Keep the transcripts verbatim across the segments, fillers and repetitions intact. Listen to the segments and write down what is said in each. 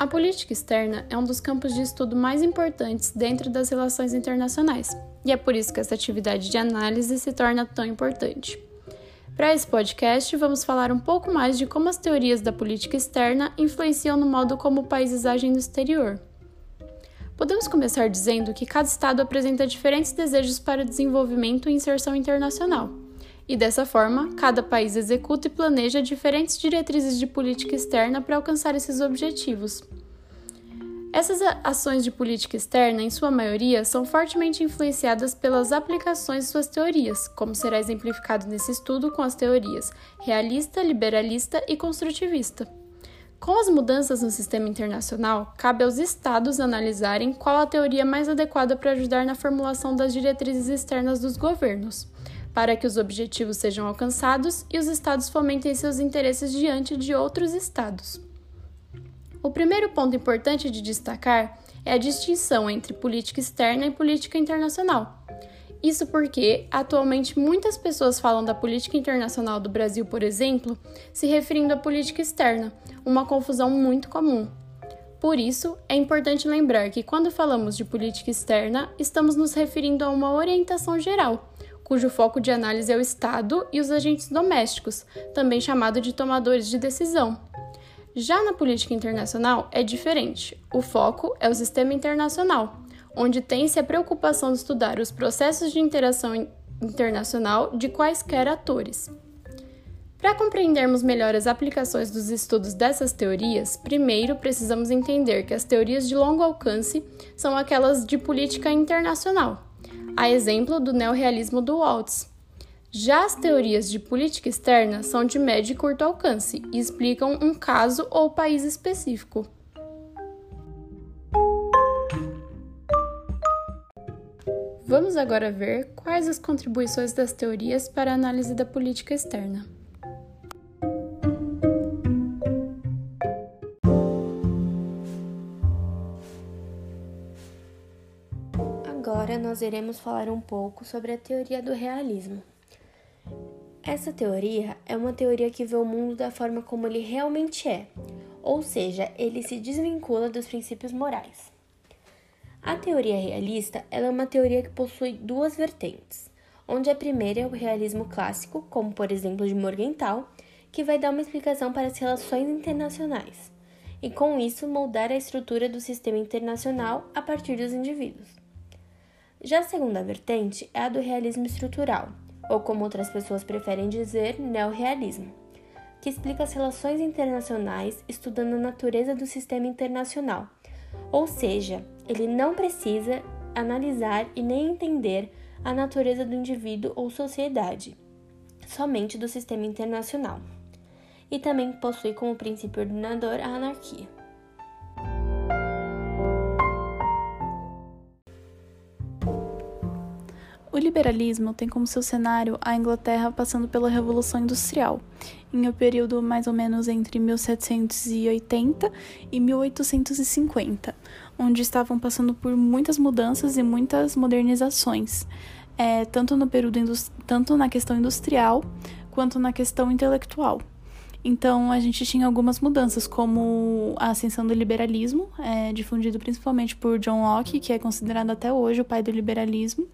A política externa é um dos campos de estudo mais importantes dentro das relações internacionais, e é por isso que essa atividade de análise se torna tão importante. Para esse podcast, vamos falar um pouco mais de como as teorias da política externa influenciam no modo como países agem no exterior. Podemos começar dizendo que cada estado apresenta diferentes desejos para desenvolvimento e inserção internacional, e dessa forma, cada país executa e planeja diferentes diretrizes de política externa para alcançar esses objetivos. Essas ações de política externa, em sua maioria, são fortemente influenciadas pelas aplicações de suas teorias, como será exemplificado nesse estudo com as teorias realista, liberalista e construtivista. Com as mudanças no sistema internacional, cabe aos estados analisarem qual a teoria mais adequada para ajudar na formulação das diretrizes externas dos governos, para que os objetivos sejam alcançados e os estados fomentem seus interesses diante de outros estados. O primeiro ponto importante de destacar é a distinção entre política externa e política internacional. Isso porque, atualmente, muitas pessoas falam da política internacional do Brasil, por exemplo, se referindo à política externa, uma confusão muito comum. Por isso, é importante lembrar que, quando falamos de política externa, estamos nos referindo a uma orientação geral, cujo foco de análise é o Estado e os agentes domésticos, também chamado de tomadores de decisão. Já na política internacional é diferente. O foco é o sistema internacional, onde tem-se a preocupação de estudar os processos de interação internacional de quaisquer atores. Para compreendermos melhor as aplicações dos estudos dessas teorias, primeiro precisamos entender que as teorias de longo alcance são aquelas de política internacional, a exemplo do neorrealismo do Waltz. Já as teorias de política externa são de médio e curto alcance e explicam um caso ou país específico. Vamos agora ver quais as contribuições das teorias para a análise da política externa. Agora nós iremos falar um pouco sobre a teoria do realismo. Essa teoria é uma teoria que vê o mundo da forma como ele realmente é, ou seja, ele se desvincula dos princípios morais. A teoria realista ela é uma teoria que possui duas vertentes, onde a primeira é o realismo clássico, como por exemplo de Morgenthau, que vai dar uma explicação para as relações internacionais, e com isso moldar a estrutura do sistema internacional a partir dos indivíduos. Já a segunda vertente é a do realismo estrutural, ou como outras pessoas preferem dizer, neorrealismo, que explica as relações internacionais estudando a natureza do sistema internacional, ou seja, ele não precisa analisar e nem entender a natureza do indivíduo ou sociedade, somente do sistema internacional, e também possui como princípio ordenador a anarquia. O liberalismo tem como seu cenário a Inglaterra passando pela Revolução Industrial, em um período mais ou menos entre mil setecentos e oitenta e mil oitocentos e cinquenta, onde estavam passando por muitas mudanças e muitas modernizações, é, tanto, no período indus- tanto na questão industrial quanto na questão intelectual. Então, a gente tinha algumas mudanças, como a ascensão do liberalismo, é, difundido principalmente por John Locke, que é considerado até hoje o pai do liberalismo.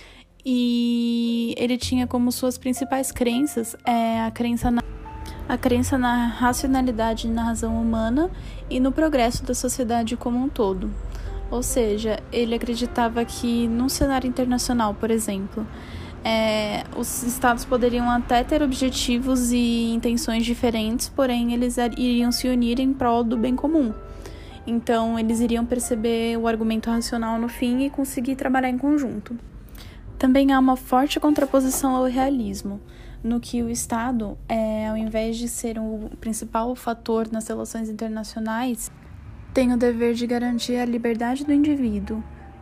E ele tinha como suas principais crenças é, a, crença na, a crença na racionalidade e na razão humana e no progresso da sociedade como um todo. Ou seja, ele acreditava que num cenário internacional, por exemplo, é, os estados poderiam até ter objetivos e intenções diferentes, porém eles iriam se unir em prol do bem comum. Então, eles iriam perceber o argumento racional no fim e conseguir trabalhar em conjunto. Também há uma forte contraposição ao realismo, no que o Estado, é, ao invés de ser o principal fator nas relações internacionais, tem o dever de garantir a liberdade do indivíduo.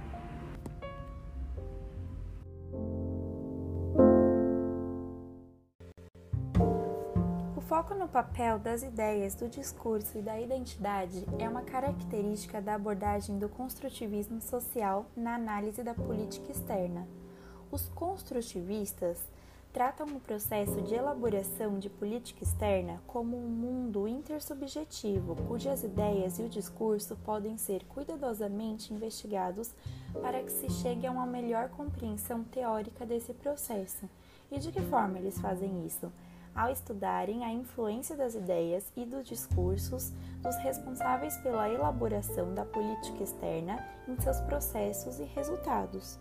O foco no papel das ideias, do discurso e da identidade é uma característica da abordagem do construtivismo social na análise da política externa. Os construtivistas tratam o processo de elaboração de política externa como um mundo intersubjetivo, cujas ideias e o discurso podem ser cuidadosamente investigados para que se chegue a uma melhor compreensão teórica desse processo. E de que forma eles fazem isso? Ao estudarem a influência das ideias e dos discursos dos responsáveis pela elaboração da política externa em seus processos e resultados.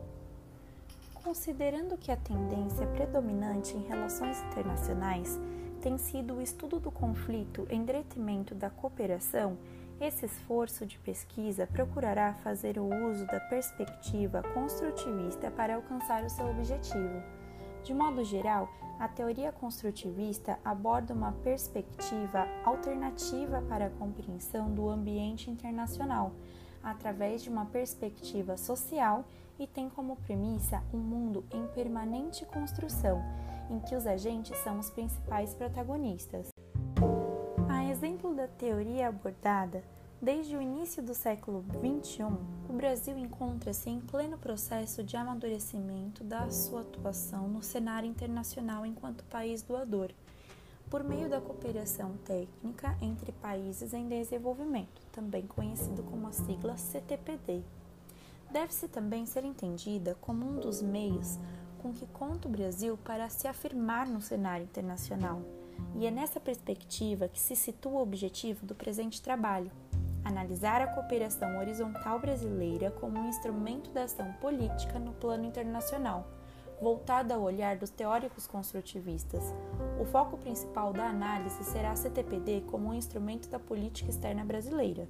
Considerando que a tendência predominante em relações internacionais tem sido o estudo do conflito em detrimento da cooperação, esse esforço de pesquisa procurará fazer o uso da perspectiva construtivista para alcançar o seu objetivo. De modo geral, a teoria construtivista aborda uma perspectiva alternativa para a compreensão do ambiente internacional, através de uma perspectiva social e tem como premissa um mundo em permanente construção, em que os agentes são os principais protagonistas. A exemplo da teoria abordada, desde o início do século vinte e um, o Brasil encontra-se em pleno processo de amadurecimento da sua atuação no cenário internacional enquanto país doador, por meio da cooperação técnica entre países em desenvolvimento, também conhecido como a sigla C T P D. Deve-se também ser entendida como um dos meios com que conta o Brasil para se afirmar no cenário internacional, e é nessa perspectiva que se situa o objetivo do presente trabalho: analisar a cooperação horizontal brasileira como um instrumento da ação política no plano internacional, voltada ao olhar dos teóricos construtivistas. O foco principal da análise será a C T P D como um instrumento da política externa brasileira.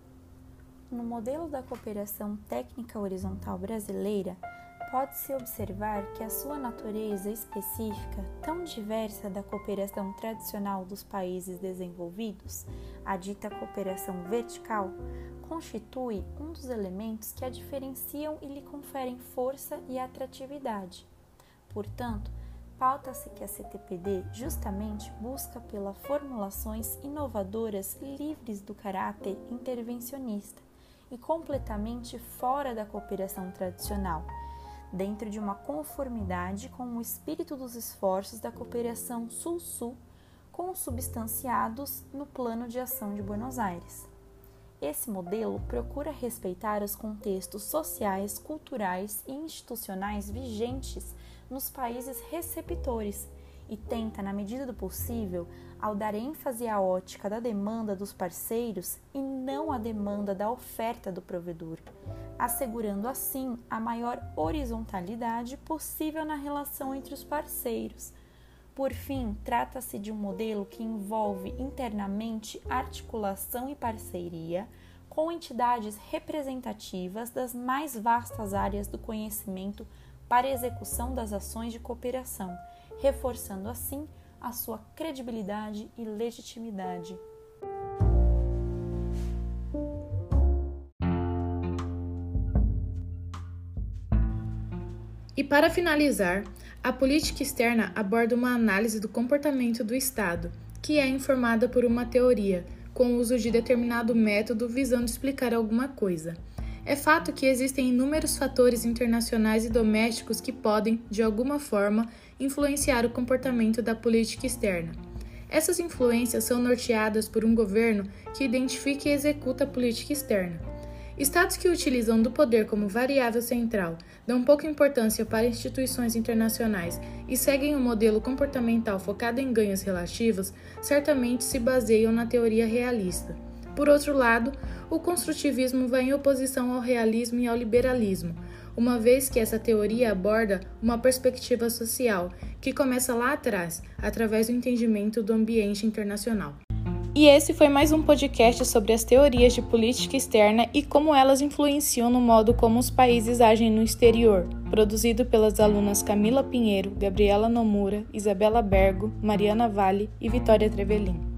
No modelo da cooperação técnica horizontal brasileira, pode-se observar que a sua natureza específica, tão diversa da cooperação tradicional dos países desenvolvidos, a dita cooperação vertical, constitui um dos elementos que a diferenciam e lhe conferem força e atratividade. Portanto, pauta-se que a C T P D justamente busca pelas formulações inovadoras livres do caráter intervencionista e completamente fora da cooperação tradicional, dentro de uma conformidade com o espírito dos esforços da cooperação Sul-Sul, consubstanciados no Plano de Ação de Buenos Aires. Esse modelo procura respeitar os contextos sociais, culturais e institucionais vigentes nos países receptores e tenta, na medida do possível, ao dar ênfase à ótica da demanda dos parceiros e não à demanda da oferta do provedor, assegurando assim a maior horizontalidade possível na relação entre os parceiros. Por fim, trata-se de um modelo que envolve internamente articulação e parceria com entidades representativas das mais vastas áreas do conhecimento para a execução das ações de cooperação, reforçando assim a sua credibilidade e legitimidade. E para finalizar, a política externa aborda uma análise do comportamento do Estado, que é informada por uma teoria, com o uso de determinado método visando explicar alguma coisa. É fato que existem inúmeros fatores internacionais e domésticos que podem, de alguma forma, influenciar o comportamento da política externa. Essas influências são norteadas por um governo que identifica e executa a política externa. Estados que utilizam do poder como variável central, dão pouca importância para instituições internacionais e seguem um modelo comportamental focado em ganhos relativos, certamente se baseiam na teoria realista. Por outro lado, o construtivismo vai em oposição ao realismo e ao liberalismo, uma vez que essa teoria aborda uma perspectiva social que começa lá atrás, através do entendimento do ambiente internacional. E esse foi mais um podcast sobre as teorias de política externa e como elas influenciam no modo como os países agem no exterior, produzido pelas alunas Camila Pinheiro, Gabriela Nomura, Isabela Bergo, Mariana Vale e Vitória Trevelin.